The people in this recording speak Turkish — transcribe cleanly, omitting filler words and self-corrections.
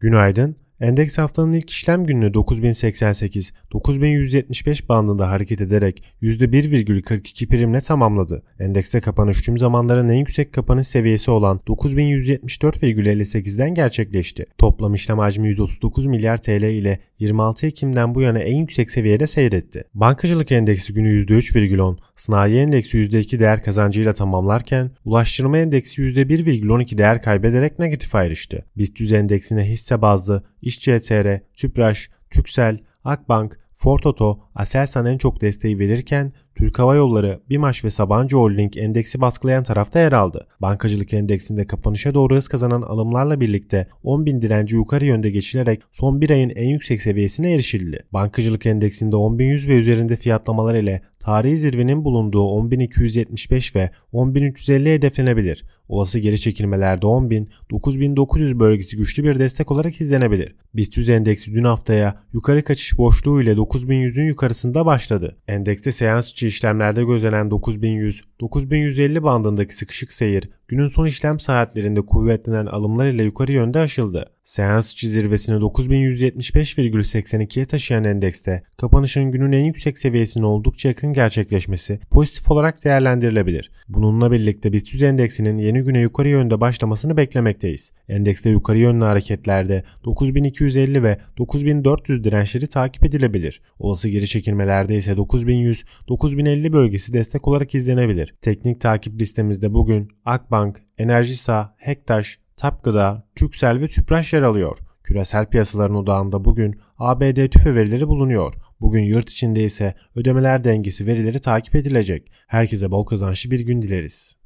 Günaydın. Endeks haftanın ilk işlem gününü 9088-9175 bandında hareket ederek %1,42 primle tamamladı. Endekste kapanış tüm zamanların en yüksek kapanış seviyesi olan 9174,58'den gerçekleşti. Toplam işlem hacmi 139 milyar TL ile 26 Ekim'den bu yana en yüksek seviyede seyretti. Bankacılık endeksi günü %3,10, sanayi endeksi %2 değer kazancıyla tamamlarken ulaştırma endeksi %1,12 değer kaybederek negatif ayrıştı. BIST 100 endeksine hisse bazlı İşCTR, Tüpraş, Türksel, Akbank, Ford Oto, Aselsan en çok desteği verirken Türk Hava Yolları, BİMAŞ ve Sabancı Holding endeksi baskılayan tarafta yer aldı. Bankacılık endeksinde kapanışa doğru hız kazanan alımlarla birlikte 10.000 direnci yukarı yönde geçilerek son bir ayın en yüksek seviyesine erişildi. Bankacılık endeksinde 10.100 ve üzerinde fiyatlamalar ile tarihi zirvenin bulunduğu 10.275 ve 10.350 hedeflenebilir. Olası geri çekilmelerde 10.000, 9.900 bölgesi güçlü bir destek olarak izlenebilir. BIST 100 endeksi dün haftaya yukarı kaçış boşluğu ile 9.100'ün yukarısında başladı. Endekste seans içi işlemlerde gözlenen 9.100-9.150 bandındaki sıkışık seyir, günün son işlem saatlerinde kuvvetlenen alımlar ile yukarı yönde aşıldı. Seans içi zirvesini 9.175,82'ye taşıyan endekste kapanışın günün en yüksek seviyesine oldukça yakın gerçekleşmesi pozitif olarak değerlendirilebilir. Bununla birlikte BIST 100 endeksinin yeni güne yukarı yönde başlamasını beklemekteyiz. Endekste yukarı yönlü hareketlerde 9.250 ve 9.400 dirençleri takip edilebilir. Olası geri çekilmelerde ise 9.100-9.050 bölgesi destek olarak izlenebilir. Teknik takip listemizde bugün Akbank, Enerjisa, Hektaş, Tapgıda, Türksel ve Tüpraş yer alıyor. Küresel piyasaların odağında bugün ABD tüfe verileri bulunuyor. Bugün yurt içinde ise ödemeler dengesi verileri takip edilecek. Herkese bol kazançlı bir gün dileriz.